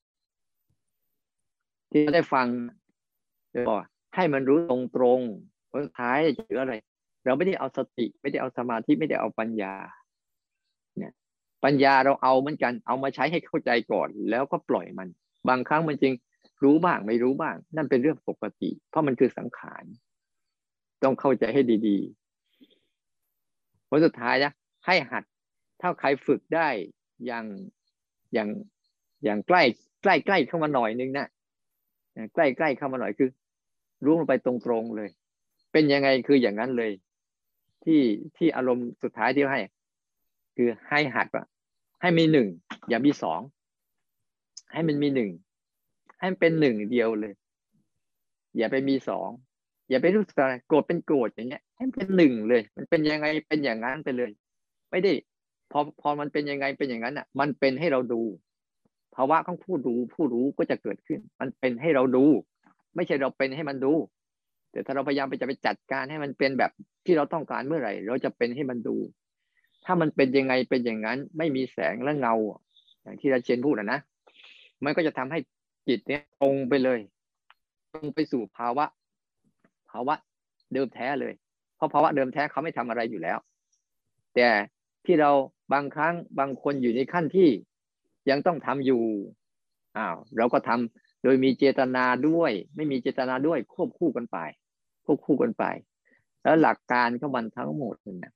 ที่เราได้ฟังบอกให้มันรู้ตรงๆผลท้ายจะเหลืออะไรเราไม่ได้เอาสติไม่ได้เอาสมาธิไม่ได้เอาปัญญาเนี่ยปัญญาเราเอาเหมือนกันเอามาใช้ให้เข้าใจก่อนแล้วก็ปล่อยมันบางครั้งมันจริงรู้บ้างไม่รู้บ้างนั่นเป็นเรื่องปกติเพราะมันคือสังขารต้องเข้าใจให้ดีๆผลสุดท้ายนะให้หัดถ้าใครฝึกได้อย่างอย่างอย่างใกล้ใกล้ใกล้เข้ามาหน่อยนึงนะใกล้ใกล้เข้ามาหน่อยคือรู้ลงไปตรงๆเลยเป็นยังไงคืออย่างนั้นเลยที่ที่อารมณ์สุดท้ายที่ให้คือให้หัดว่าให้มีหนึ่งอย่ามีสองให้มันมีหนึ่งให้มันเป็นหนึ่งเดียวเลยอย่าไปมีสองอย่าไปรู้สึกอะไรโกรธเป็นโกรธอย่างเงี้ยให้มันเป็นหนึ่งเลยมันเป็นยังไงเป็นอย่างนั้นไปเลยไม่ได้พอพอมันเป็นยังไงเป็นอย่างนั้นอ่ะมันเป็นให้เราดูภาวะของผู้ดูผู้รู้ก็จะเกิดขึ้นมันเป็นให้เราดูไม่ใช่เราเป็นให้มันดูแต่ถ้าเราพยายามไปจะไปจัดการให้มันเป็นแบบที่เราต้องการเมื่อไหร่เราจะเป็นให้มันดูถ้ามันเป็นยังไงเป็นอย่างนั้นไม่มีแสงและเงาอย่างที่อาจารย์พูดนะมันก็จะทำให้จิตเนี้ยตรงไปเลยตรงไปสู่ภาวะภาวะเดิมแท้เลยเพราะภาวะเดิมแท้เขาไม่ทำอะไรอยู่แล้วแต่ที่เราบางครั้งบางคนอยู่ในขั้นที่ยังต้องทำอยู่อ้าวเราก็ทำโดยมีเจตนาด้วยไม่มีเจตนาด้วยควบคู่กันไปควบคู่กันไปแล้วหลักการของมันทั้งหมดนะ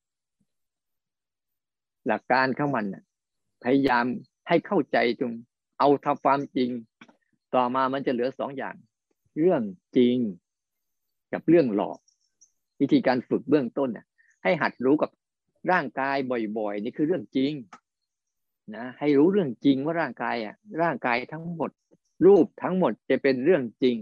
หลักการของมันนะพยายามให้เข้าใจตรงเอาทำความจริงต่อมามันจะเหลือสองอย่างเรื่องจริงกับเรื่องหลอกวิธีการฝึกเบื้องต้นน่ะให้หัดรู้กับร่างกายบ่อยๆนี่คือเรื่องจริงนะให้รู้เรื่องจริงว่าร่างกายอ่ะร่างกายทั้งหมดรูปทั้งหมดจะเป็นเรื่องจริง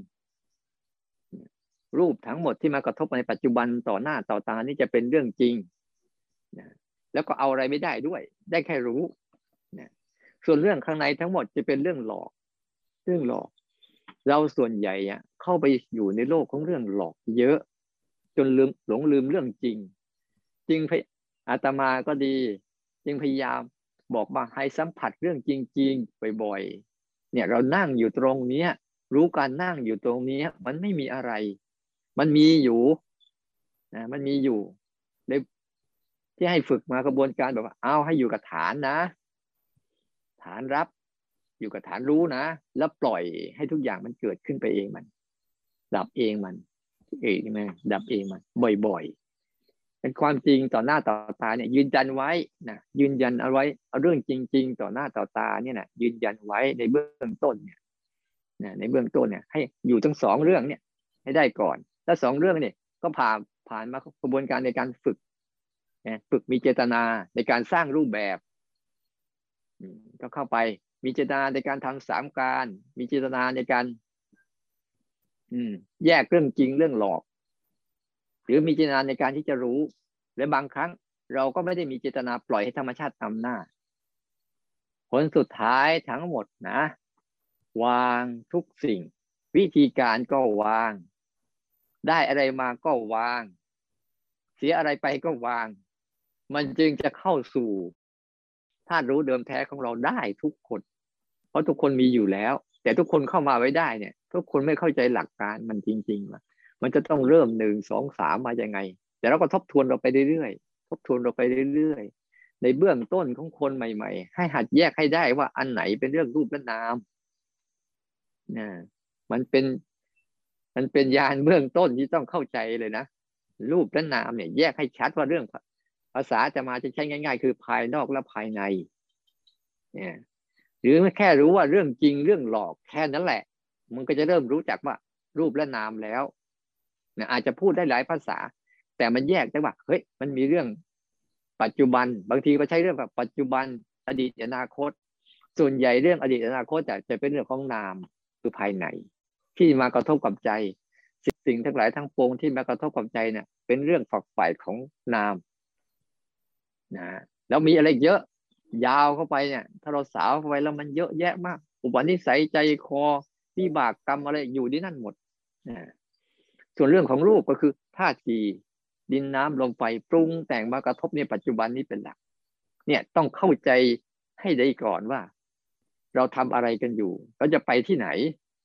รูปทั้งหมดที่มากระทบในปัจจุบันต่อหน้าต่อตานี่จะเป็นเรื่องจริงนะแล้วก็เอาอะไรไม่ได้ด้วยได้แค่รู้นะส่วนเรื่องข้างในทั้งหมดจะเป็นเรื่องหลอกเรื่องหลอกเราส่วนใหญ่อ่ะเข้าไปอยู่ในโลกของเรื่องหลอกเยอะจนลืมหลงลืมเรื่องจริงจริงอาตมาก็ดีจึงพยายามบอกมาให้สัมผัสเรื่องจริงๆบ่อยๆเนี่ยเรานั่งอยู่ตรงนี้รู้การนั่งอยู่ตรงนี้มันไม่มีอะไรมันมีอยู่นะมันมีอยู่เลยที่ให้ฝึกมากระบวนการแบบว่าเอาให้อยู่กับฐานนะฐานรับอยู่กับฐานรู้นะแล้วปล่อยให้ทุกอย่างมันเกิดขึ้นไปเองมันดับเองมันเองนะดับเองมันบ่อยๆเป็นความจริงต่อหน้าต่อตาเนี่ยยืนยันไว้นะยืนยันเอาไว้เอาเรื่องจริงๆต่อหน้าต่อตาเนี่ยนะยืนยันไว้ในเบื้องต้นเนี่ยนะในเบื้องต้นเนี่ยให้อยู่ทั้งสองเรื่องเนี่ยให้ได้ก่อนแล้วสองเรื่องเนี่ยก็ผ่านผ่านมากระบวนการในการฝึกนะฝึกมีเจตนาในการสร้างรูปแบบก็เข้าไปมีเจตนาในการทำสามการมีเจตนาในการอืมแยกเรื่องจริงเรื่องหลอกหรือมีเจตนาในการที่จะรู้และบางครั้งเราก็ไม่ได้มีเจตนาปล่อยให้ธรรมชาติทำหน้าผลสุดท้ายทั้งหมดนะวางทุกสิ่งวิธีการก็วางได้อะไรมาก็วางเสียอะไรไปก็วางมันจึงจะเข้าสู่ธาตุรู้เดิมแท้ของเราได้ทุกคนเพราะทุกคนมีอยู่แล้วแต่ทุกคนเข้ามาไว้ได้เนี่ยทุกคนไม่เข้าใจหลักการมันจริงๆว่ามันจะต้องเริ่มหนึ่งสองสามมายังไงแต่เราก็ทบทวนเราไปเรื่อยๆทบทวนเราไปเรื่อยๆในเบื้องต้นของคนใหม่ๆให้หัดแยกให้ได้ว่าอันไหนเป็นเรื่องรูปและนามนะมันเป็นมันเป็นญาณเบื้องต้นที่ต้องเข้าใจเลยนะรูปและนามเนี่ยแยกให้ชัดว่าเรื่องภาษาจะมาจะใช้ง่ายๆคือภายนอกและภายในเนี่ยหรือแค่รู้ว่าเรื่องจริงเรื่องหลอกแค่นั้นแหละมันก็จะเริ่มรู้จักว่ารูปและนามแล้วเนี่ยอาจจะพูดได้หลายภาษาแต่มันแยกได้ว่าเฮ้ยมันมีเรื่องปัจจุบันบางทีก็ใช้เรื่องแบบปัจจุบันอดีตอนาคตส่วนใหญ่เรื่องอดีตอนาคตจะจะเป็นเรื่องของนามคือภายในที่มากระทบกับใจสิ่งทั้งหลายทั้งปวงที่มากระทบกับใจเนี่ยเป็นเรื่องฝักใฝ่ของนามนะแล้วมีอะไรเยอะยาวเข้าไปเนี่ยถ้าเราสาวเข้าไปแล้วมันเยอะแยะมากอุปนิสัยใจคอวิบากกรรมอะไรอยู่ที่นั่นหมดนะส่วนเรื่องของรูปก็คือธาตุสี่ดินน้ำลมไฟปรุงแต่งมากระทบในปัจจุบันนี้เป็นหลักเนี่ยต้องเข้าใจให้ได้ก่อนว่าเราทำอะไรกันอยู่เราจะไปที่ไหน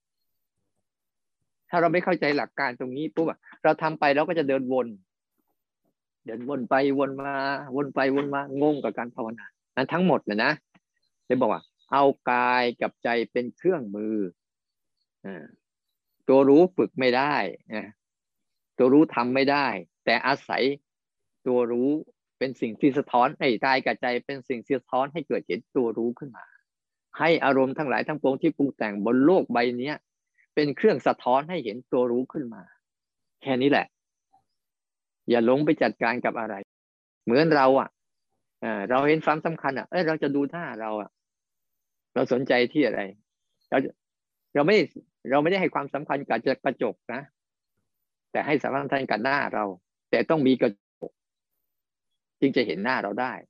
ถ้าเราไม่เข้าใจหลักการตรงนี้ปุ๊บเราทำไปเราก็จะเดินวนเดินวนไปวนมาวนไปวนมางงกับการภาวนานั้นทั้งหมดเลยนะเลยบอกว่าเอากายกับใจเป็นเครื่องมือตัวรู้ฝึกไม่ได้ตัวรู้ทำไม่ได้แต่อาศัยตัวรู้เป็นสิ่งที่สะท้อนไอ้กายกับใจเป็นสิ่งที่สะท้อนให้เกิดเห็นตัวรู้ขึ้นมาให้อารมณ์ทั้งหลายทั้งปวงที่ปรุงแต่งบนโลกใบนี้เป็นเครื่องสะท้อนให้เห็นตัวรู้ขึ้นมาแค่นี้แหละอย่าหลงไปจัดการกับอะไรเหมือนเราอ่ะเราเห็นความสำคัญอ่ะเอ้ยเราจะดูหน้าเราอ่ะเราสนใจที่อะไรเราเราไม่เราไม่ได้ให้ความสำคัญกับกระจกนะแต่ให้สำคัญกับหน้าเราแต่ต้องมีกระจกจึงจะเห็นหน้าเราได้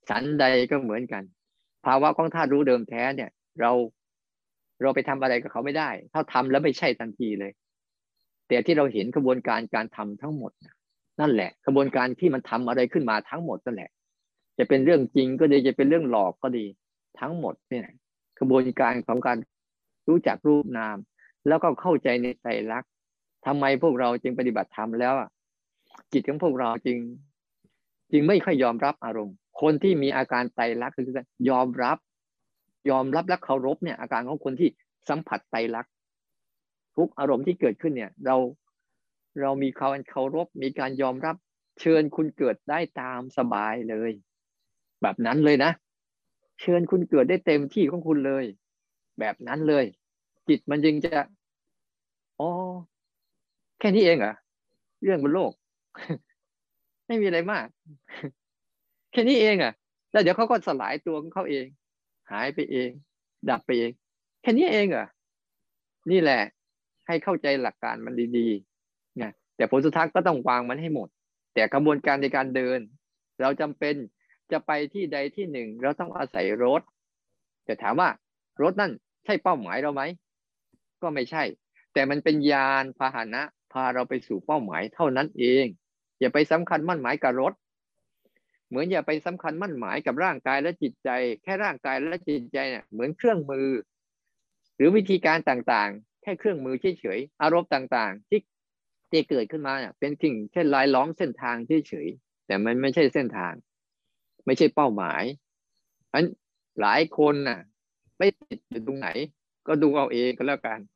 ฉันใดก็เหมือนกันภาวะของธาตุรู้เดิมแท้เนี่ยเราเราไปทำอะไรกับเขาไม่ได้ถ้าทำแล้วไม่ใช่ทันทีเลยแต่ที่เราเห็นกระบวนการการทำทั้งหมดนั่นแหละกระบวนการที่มันทำอะไรขึ้นมาทั้งหมดนั่นแหละจะเป็นเรื่องจริงก็ดีจะเป็นเรื่องหลอกก็ดีทั้งหมดเนี่ยกระบวนการของการรู้จักรูปนามแล้วก็เข้าใจในไตรลักษณ์ทำไมพวกเราจึงปฏิบัติธรรมแล้วจิตของพวกเราจึงจึงไม่ค่อยยอมรับอารมณ์คนที่มีอาการไตรลักษณ์คือยอมรับยอมรับและเคารพเนี่ยอาการของคนที่สัมผัสไตรลักษณ์ทุกอารมณ์ที่เกิดขึ้นเนี่ยเราเรามีการเคารพมีการยอมรับเชิญคุณเกิดได้ตามสบายเลยแบบนั้นเลยนะเชิญคุณเกิดได้เต็มที่ของคุณเลยแบบนั้นเลยจิตมันจึงจะอ๋อแค่นี้เองเหรอเรื่องบนโลก ไม่มีอะไรมาก แค่นี้เองอ่ะแล้วเดี๋ยวเขาก็สลายตัวของเขาเองหายไปเองดับไปเองแค่นี้เองเหรอนี่แหละให้เข้าใจหลักการมันดีๆไงแต่ผลสุดท้ายก็ต้องวางมันให้หมดแต่กระบวนการในการเดินเราจำเป็นจะไปที่ใดที่หนึ่งเราต้องอาศัยรถแต่ถามว่ารถนั่นใช่เป้าหมายเราไหมก็ไม่ใช่แต่มันเป็นยานพาหนะพาเราไปสู่เป้าหมายเท่านั้นเองอย่าไปสำคัญมั่นหมายกับรถเหมือนอย่าไปสำคัญมั่นหมายกับร่างกายและจิตใจแค่ร่างกายและจิตใจเนี่ยเหมือนเครื่องมือหรือวิธีการต่างๆแค่เครื่องมือเฉยๆอารมณ์ต่างๆที่ที่เกิดขึ้นมาเนี่ยเป็นสิ่งเช่นลายล้อมเส้นทางเฉยๆแต่มันไม่ใช่เส้นทางไม่ใช่เป้าหมายเพราะฉะนั้นหลายคนน่ะไม่ติดอยู่ตรงไหนก็ดูเอาเองก็แล้วกัน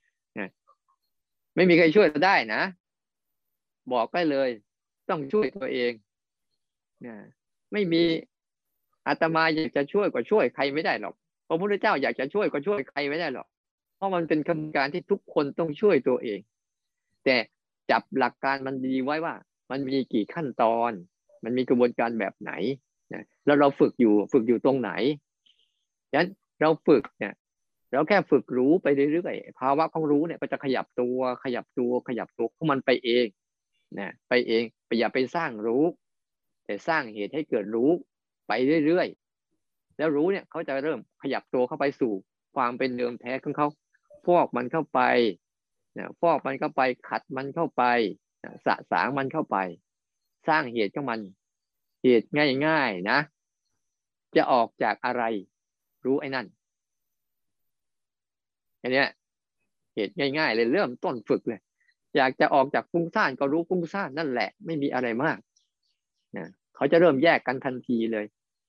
ไม่มีใครช่วยเราได้นะบอกได้เลยต้องช่วยตัวเองนะไม่มีอาตมาอยากจะช่วยก็ช่วยใครไม่ได้หรอกพระพุทธเจ้าอยากจะช่วยก็ช่วยใครไม่ได้หรอกเพราะมันเป็นกระบวนการที่ทุกคนต้องช่วยตัวเองแต่จับหลักการมันดีไว้ว่ามันมีกี่ขั้นตอนมันมีกระบวนการแบบไหนนะแล้วเราฝึกอยู่ฝึกอยู่ตรงไหนฉะนั้นเราฝึกเนี่ยเราแค่ฝึกรู้ไปเรื่อยๆภาวะของรู้เนี่ยก็จะขยับตัวขยับตัวขยับตัวของมันไปเองนะไปเองไปอย่าไปสร้างรู้แต่สร้างเหตุให้เกิดรู้ไปเรื่อยๆแล้วรู้เนี่ยเขาจะเริ่มขยับตัวเข้าไปสู่ความเป็นเดิมแท้ของเขาฟอกมันเข้าไปนะฟอกมันเข้าไปขัดมันเข้าไปนะสะสางมันเข้าไปสร้างเหตุของมันเหตุง่ายๆนะจะออกจากอะไรรู้ไอ้นั่นอันเนี้ยเหตุง่ายๆเลยเริ่มต้นฝึกเลยอยากจะออกจากฟุ้งซ่านก็รู้ฟุ้งซ่านนั่นแหละไม่มีอะไรมากนะเขาจะเริ่มแยกกันทันทีเลย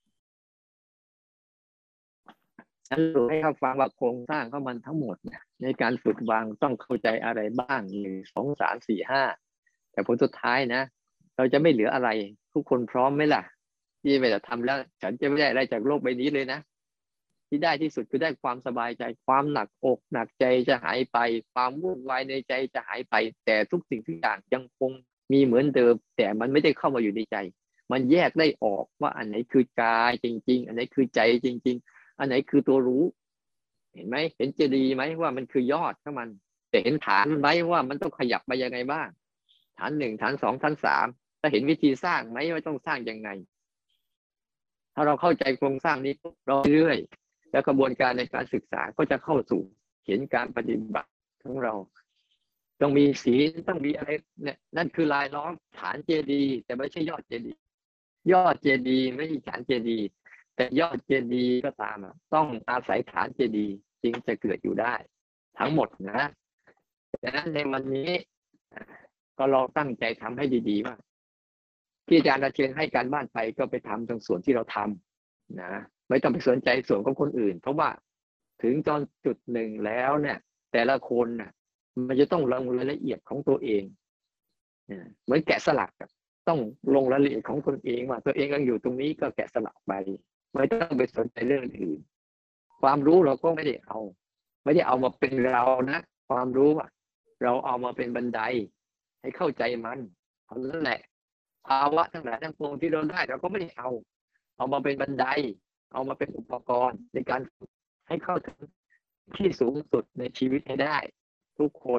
ฉันรู้ให้เขาฟังว่าโครงสร้างของมันทั้งหมดเนี่ยในการฝึกวางต้องเข้าใจอะไรบ้างหนึ่งสองสามสี่ห้าแต่ผลสุดท้ายนะเราจะไม่เหลืออะไรทุกคนพร้อมไหมล่ะที่จะทำแล้วฉันจะไม่ได้อะไรจากโลกใบนี้เลยนะที่ได้ที่สุดคือได้ความสบายใจความหนักอกหนักใจจะหายไปความวุ่นวายในใจจะหายไปแต่ทุกสิ่งทุกอย่างยังคงมีเหมือนเดิมแต่มันไม่ได้เข้ามาอยู่ในใจมันแยกได้ออกว่าอันไหนคือกายจริงๆอันไหนคือใจจริงๆอันไหนคือตัวรู้เห็นไหมเห็นเจดีย์ไหมว่ามันคือยอดของมันแต่เห็นฐานไหมว่ามันต้องขยับไปยังไงบ้างฐานหนึ่งฐานสองฐานสามถ้าเห็นวิธีสร้างไหมว่าต้องสร้างยังไงถ้าเราเข้าใจโครงสร้างนี้เราเรื่อยแล้วกระบวนการในการศึกษาก็จะเข้าสู่เห็นการปฏิบัติของเราต้องมีศีลต้องมีอะไรเนี่ยนั่นคือลายล้อมฐานเจดีย์แต่ไม่ใช่ยอดเจดีย์ยอดเจดีย์ไม่ใช่ฐานเจดีย์แต่ยอดเจดีย์ก็ตามต้องอาศัยฐานเจดีย์จึงจะเกิดอยู่ได้ทั้งหมดนะดังนั้นในวันนี้ก็ลองตั้งใจทำให้ดีๆว่าที่อาจารย์อาเชนให้การบ้านไปก็ไปทำตรงส่วนที่เราทำนะไม่ต้องไปสนใจส่วนของคนอื่นเพราะว่าถึงตอนจุดหนึ่งแล้วเนี่ยแต่ละคนน่ะมันจะต้องลงรายละเอียดของตัวเองเหมือนแกะสลักต้องลงรายละเอียดของตนเองว่าตัวเองยังอยู่ตรงนี้ก็แกะสลักไปไม่ต้องไปสนใจเรื่องอื่นความรู้เราก็ไม่ได้เอาไม่ได้เอามาเป็นเรานะความรู้อ่ะเราเอามาเป็นบันไดให้เข้าใจมันเพราะนั่นแหละภาวะทั้งหลายทั้งปวงที่เราได้เราก็ไม่ได้เอาเอามาเป็นบันไดเอามาเป็นอุปกรณ์ในการให้เข้าถึงที่สูงสุดในชีวิตให้ได้ทุกคน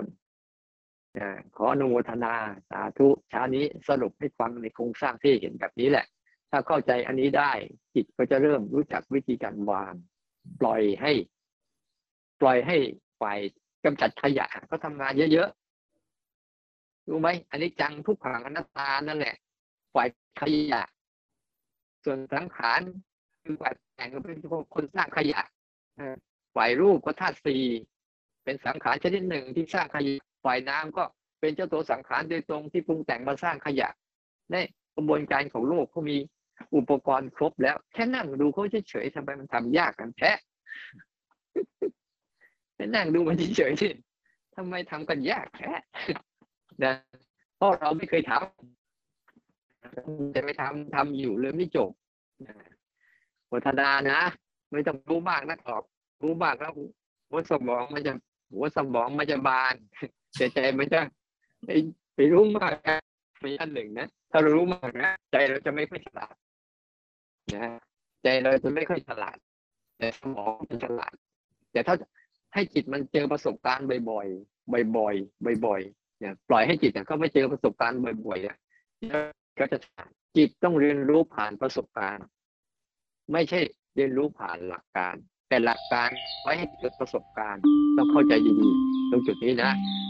ขออนุโมทนาสาธุเช้านี้สรุปให้ฟังในโครงสร้างที่เห็นแบบนี้แหละถ้าเข้าใจอันนี้ได้จิตก็จะเริ่มรู้จักวิธีการวางปล่อยให้ปล่อยให้ฝ่ายกำจัดขยะก็ทำงานเยอะๆรู้ไหมอันนี้จังทุกขังอนัตตานั่นแหละฝ่ายขยะส่วนสังขารคือฝ่ายแต่งก็เป็นคนสร้างขยะฝ่ายรูปก็ธาตุสี่เป็นสังขารชนิดหนึ่งที่สร้างขยะฝ่ายน้ำก็เป็นเจ้าตัวสังขารโดยตรงที่ปรุงแต่งมาสร้างขยะในกระบวนการของโลกเขามีอุปกรณ์ครบแล้วแค่นั่งดูเขาเฉยๆทำไมมันทำยากกันแท้แค่นั่งดูมันเฉยๆสิทำไมทำกันยากแท้นะเพราะเราไม่เคยทำจะไปทำทำอยู่เลยไม่จบพัฒนานะไม่ต้องรู้มากนักหรอกรู้มากแล้วหัวสมองมันจะหัวสมองมันจะบานแต่ใจมันจะไปไปรู้มากนะมีอันหนึ่งนะถ้าเรารู้มากนะใจเราจะไม่ค่อยฉลาดนะใจเราจะไม่ค่อยฉลาดแต่สมองมันฉลาดแต่ถ้าให้จิตมันเจอประสบการณ์บ่อยๆบ่อยๆบ่อยๆเนี่ยปล่อยให้จิตเขาไม่เจอประสบการณ์บ่อยๆเนี่ยก็จะจิตต้องเรียนรู้ผ่านประสบการณ์ไม่ใช่เรียนรู้ผ่านหลักการแต่หลักการไว้ให้เกิดประสบการณ์ต้องเข้าใจดีๆตรงจุดนี้นะ